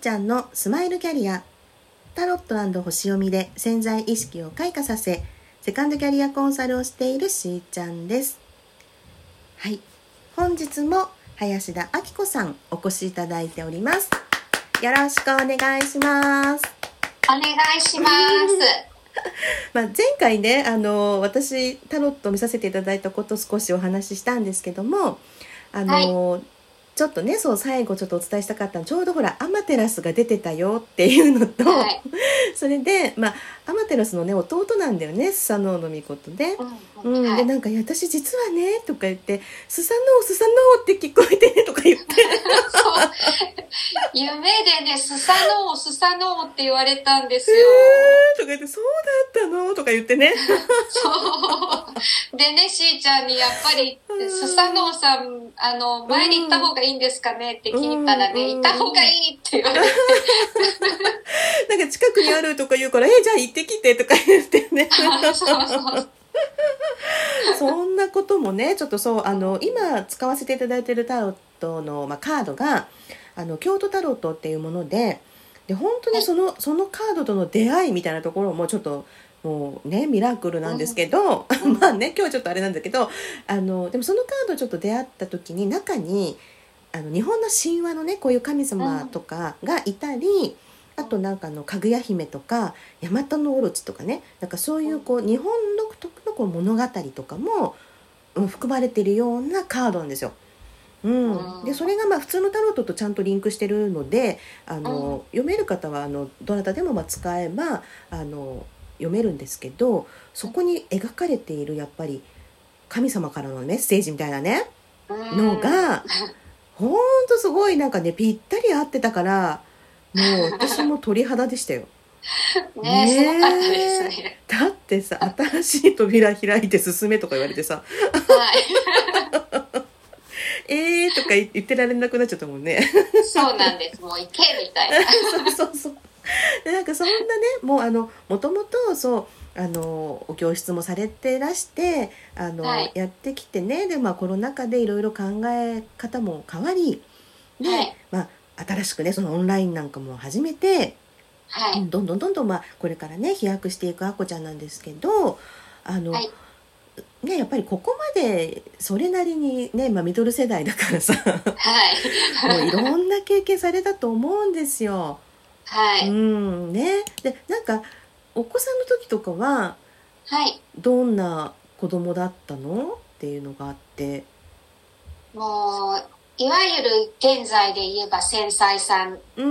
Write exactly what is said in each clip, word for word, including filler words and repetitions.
ちゃんのスマイルキャリア、タロット&星読みで潜在意識を開花させ、セカンドキャリアコンサルをしているしーちゃんです。はい、本日も林田明子さんお越しいただいております。よろしくお願いします。 お願いしますまあ前回ね、あの私タロットを見させていただいたことを少しお話ししたんですけども、あの、はい、ちょっとね、そう最後ちょっとお伝えしたかったの、ちょうどほらアマテラスが出てたよっていうのと、はい、それでまあアマテラスのね弟なんだよね、スサノオノミコトで、うんうん、でなんか私実はねとか言って、スサノオスサノオって聞こえてとか言ってそう夢でね、スサノオスサノオって言われたんですよ、 えー、とか言って、そうだったのとか言ってねそうでね、しーちゃんにやっぱりスサノオさんあの前に行った方がいいんですかねって聞いたらね、うん、行った方がいいって言われてなんか近くにあるとか言うから、えじゃあ行ってきてとか言ってねそうそうそんなこともね、ちょっとそうあの今使わせていただいているタロットの、まあ、カードがあの京都タロットっていうもので、で本当にその、そのカードとの出会いみたいなところもちょっともうねミラクルなんですけど、うん、まあね今日はちょっとあれなんだけど、あのでもそのカードちょっと出会った時に中にあの日本の神話のねこういう神様とかがいたり、うん、あとなんかのかぐや姫とかヤマタノオロチとかね、なんかそういうこう日本独特のこう物語とかも、うん、含まれているようなカードなんですよ。うん、でそれがまあ普通のタロットとちゃんとリンクしてるので、あの読める方はあのどなたでもまあ使えばあの読めるんですけど、そこに描かれているやっぱり神様からのメッセージみたいなねのがほんとすごいなんかねぴったり合ってたから、もう私も鳥肌でしたよねえ、すごかったですね。 だってさ、新しい扉開いて進めとか言われてさはいえーとか言ってられなくなっちゃったもんねそうなんです、もう行けみたいなそうそうそうでなんかそんなね、もうあのもともとそうあのお教室もされてらしてあの、はい、やってきてね、で、まあ、コロナ禍でいろいろ考え方も変わりで、はい、まあ、新しくねそのオンラインなんかも始めて、はい、どんどんどんどん、まあ、これからね飛躍していくあこちゃんなんですけど、あの、はいね、やっぱりここまでそれなりにね、まあ、ミドル世代だからさ、はい、もういろんな経験されたと思うんですよ。はい、うんね、でなんかお子さんの時とかは、はい、どんな子供だったのっていうのがあって、 もういわゆる現在で言えば繊細さん、うん、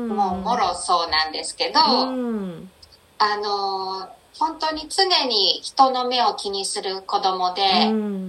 もうもろそうなんですけど、うん、あの本当に常に人の目を気にする子供で、うん、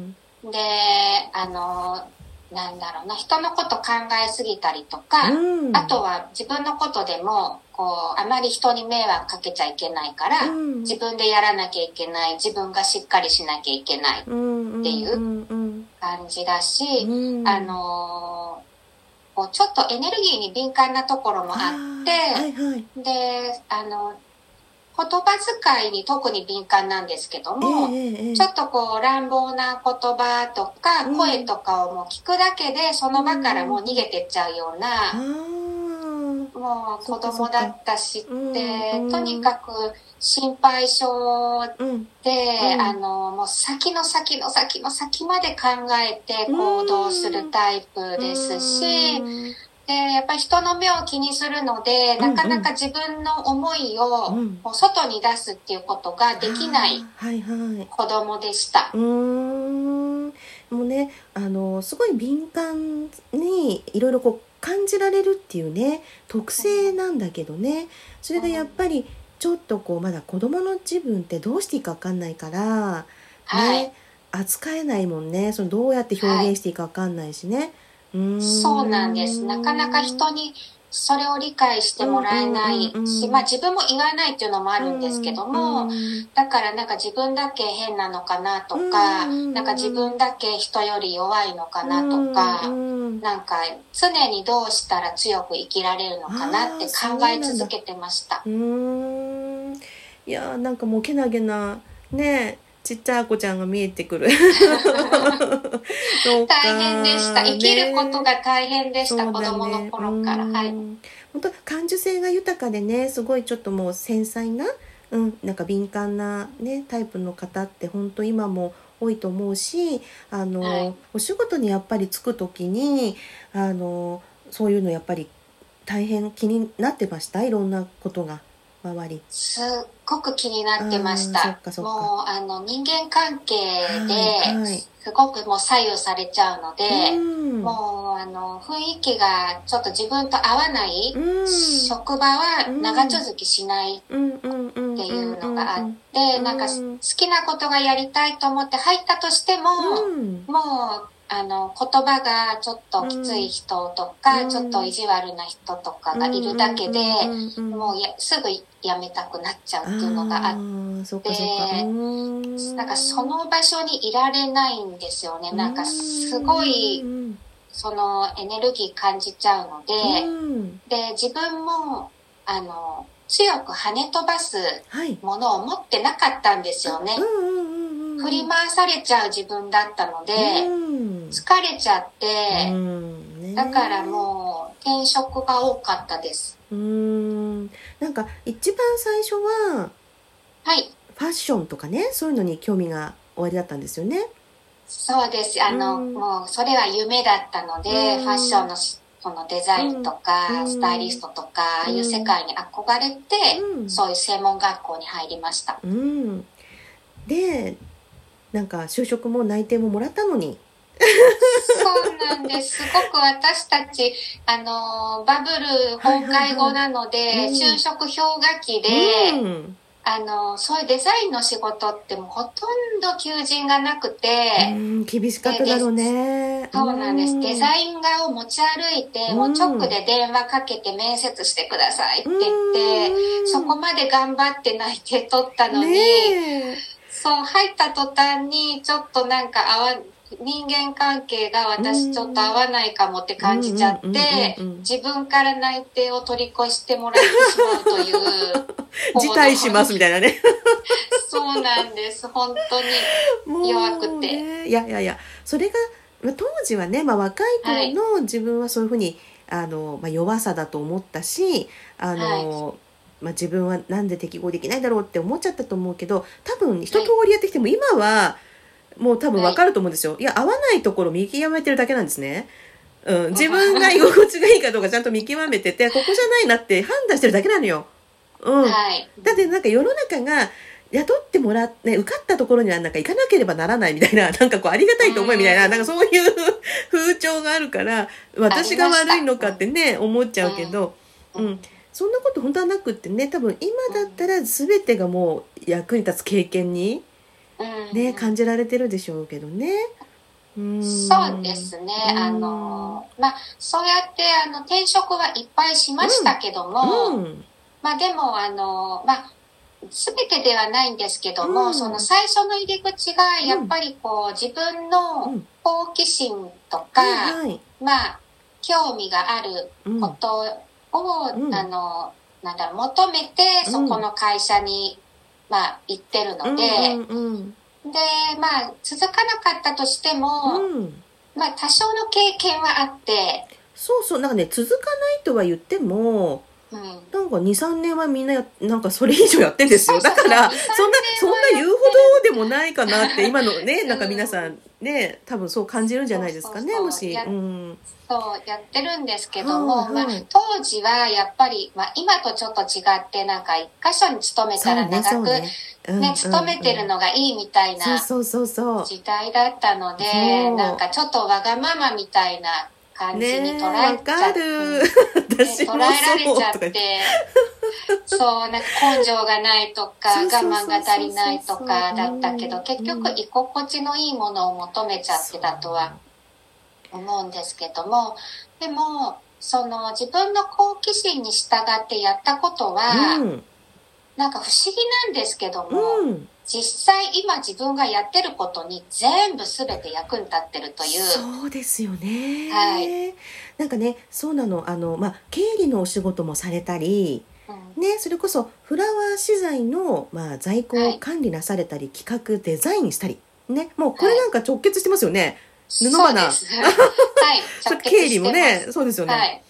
であのなんだろうな、人のこと考えすぎたりとか、うん、あとは自分のことでもこうあまり人に迷惑かけちゃいけないから、うん、自分でやらなきゃいけない、自分がしっかりしなきゃいけないっていう感じだし、うん、あのこうちょっとエネルギーに敏感なところもあって、はいはい、であの言葉遣いに特に敏感なんですけども、えーえー、ちょっとこう乱暴な言葉とか声とかをもう聞くだけでその場からもう逃げてっちゃうような、うん、もう子供だったしって、とにかく心配性で、うんうん、あのもう先の先の先の先まで考えて行動するタイプですし、でやっぱり人の目を気にするので、なかなか自分の思いをこう外に出すっていうことができない子供でした。 うーん、もうね、あのすごい敏感にいろいろこう感じられるっていうね特性なんだけどね、それがやっぱりちょっとこうまだ子供の自分ってどうしていいか分かんないから、ね、はい、扱えないもんね。そのどうやって表現していいか分かんないしね、はい、 そうなんです。なかなか人にそれを理解してもらえないし、まあ自分も言わないっていうのもあるんですけども、だからなんか自分だけ変なのかなとか、なんか自分だけ人より弱いのかなとか、なんか常にどうしたら強く生きられるのかなって考え続けてました。 うーん、いやなんかもうけなげなねちっちゃい子ちゃんが見えてくる大変でした。生きることが大変でした、ね、子供の頃から、はい、 も本当感受性が豊かでね、すごいちょっともう繊細な、うん、なんか敏感なねタイプの方って本当今も多いと思うし、あの、はい、お仕事にやっぱり就くときにあのそういうのやっぱり大変気になってました？いろんなことが周り。 すっごく気になってました。そっかそっか。もうあの人間関係で、はいはい、すごくもう左右されちゃうので、うん、もうあの雰囲気がちょっと自分と合わない、うん、職場は長続きしないっていうのがあって、なんか好きなことがやりたいと思って入ったとしても、うん、もうあの言葉がちょっときつい人とか、うん、ちょっと意地悪な人とかがいるだけで、うん、もうやすぐやめたくなっちゃうっていうのがあって、なんかその場所にいられないんですよね。なんかすごいそのエネルギー感じちゃうので、うん、で自分もあの強く跳ね飛ばすものを持ってなかったんですよね。はい、振り回されちゃう自分だったので、うん、疲れちゃって、うんね、だからもう転職が多かったです。 うーん、なんか一番最初は、 はい、 ファッションとかね、そういうのに興味がおありだったんですよね。 そうです。あの、うん、もうそれは夢だったので、うん、ファッションのそのデザインとか、うん、スタイリストとか、ああいう世界に憧れて、うん、そういう専門学校に入りました。 うん、でなんか就職も内定ももらったのに。 そうなんです。すごく私たち、あの、バブル崩壊後なので、はいはいはい、就職氷河期で、うん、あの、そういうデザインの仕事ってもうほとんど求人がなくて、 うん、厳しかっただろうね。 そうなんです。デザイン画を持ち歩いて、うん、もう直で電話かけて面接してくださいって言って、うん、そこまで頑張って内定取ったのに、ね、そう、入った途端にちょっとなんか合わ、人間関係が私ちょっと合わないかもって感じちゃって、自分から内定を取り越してもらってしまうという。 辞退しますみたいなね。 そうなんです。本当に弱くて。 ね、いやいやいや、それが、当時はね、まあ若い頃の自分はそういうふうに、はい、あの、まあ、弱さだと思ったし、あの、はい、まあ、自分はなんで適合できないだろうって思っちゃったと思うけど、多分一通りやってきても今はもう多分わかると思うんですよ。はい、いや、合わないところ見極めてるだけなんですね。うん、自分が居心地がいいかどうかちゃんと見極めてて、ここじゃないなって判断してるだけなのよ。うん。はい、だってなんか世の中が雇ってもらって、ね、受かったところにはなんか行かなければならないみたいな、なんかこうありがたいと思いみたいな、なんかそういう風潮があるから、私が悪いのかってね、思っちゃうけど、うん。そんなこと本当はなくってね、多分今だったら全てがもう役に立つ経験に、ね、感じられてるでしょうけどね。 うん、そうですね。あの、まあ、そうやってあの転職はいっぱいしましたけども、うんうん、まあでもあの、まあ、全てではないんですけども、うん、その最初の入り口がやっぱりこう自分の好奇心とか、うんはいはい、まあ、興味があることを、うん、あの、なんだろう、求めてそこの会社に、まあ、行ってるので、うんうんうんで、まあ、続かなかったとしても、うん、まあ、多少の経験はあって。 そうそう、なんかね、続かないとは言っても、うん、なんかに、さんねんはみんなや、なんかそれ以上やってんですよ。だから、そんな、そんな言うほどでもないかなって、今のね、なんか皆さんね、多分そう感じるんじゃないですかね、もし。うん。 そう、やってるんですけども、はいはい、まあ、当時はやっぱり、まあ、今とちょっと違って、なんか一箇所に勤めたら長く、ね、ねね、勤めてるのがいいみたいな時代だったので、なんかちょっとわがままみたいな感じに捉えちゃって、ね、捉えられちゃって、そう、なんか根性がないとか、我慢が足りないとかだったけど、結局居心地のいいものを求めちゃってたとは思うんですけども、でも、その自分の好奇心に従ってやったことは、うん、なんか不思議なんですけども、うん、実際今自分がやってることに全部全て役に立ってるという。 そうですよね。はい。なんかね、そうなの。あの、まあ、経理のお仕事もされたり、うん、ね、それこそフラワー資材の、まあ、在庫を管理なされたり、はい、企画、デザインしたり。ね、もうこれなんか直結してますよね。はい、布花。 そうです。はい。 経理もね、そうですよね。はい。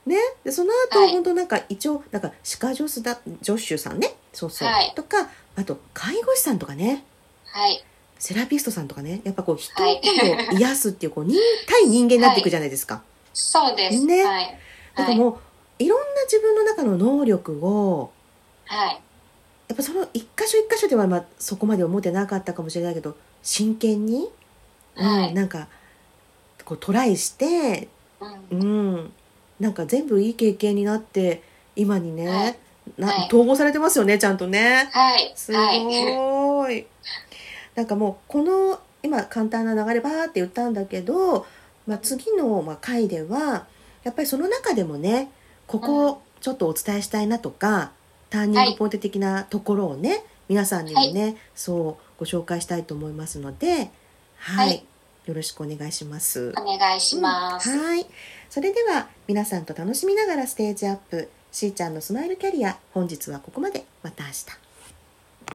ね、でその後、 はい、 本当なんか一応なんか歯科助手だ助手さんね、そうそう、はい、とか、あと介護士さんとかね、 はい、 セラピストさんとかね、やっぱこう人を癒すっていうこう人対人間になっていくじゃないですか。はい、 そうですね。 はい。 だからもういろんな自分の中の能力を、 はい、 やっぱその一箇所一箇所ではまあそこまで思ってなかったかもしれないけど、真剣に、はい、うん、なんかこうトライして、うん、うん、なんか全部いい経験になって今にね、はい、な、はい、統合されてますよね、ちゃんとね。 はい、 すごい。はい、なんかもうこの今簡単な流れバーって言ったんだけど、まあ、次のまあ回ではやっぱりその中でもね、ここをちょっとお伝えしたいなとか、ターニングポイント的なところをね、はい、皆さんにもね、はい、そうご紹介したいと思いますので、はい、はい、よろしくお願いします。 お願いします。 うん、はい。それでは皆さんと楽しみながらステージアップ、しーちゃんのスマイルキャリア、本日はここまで。また明日。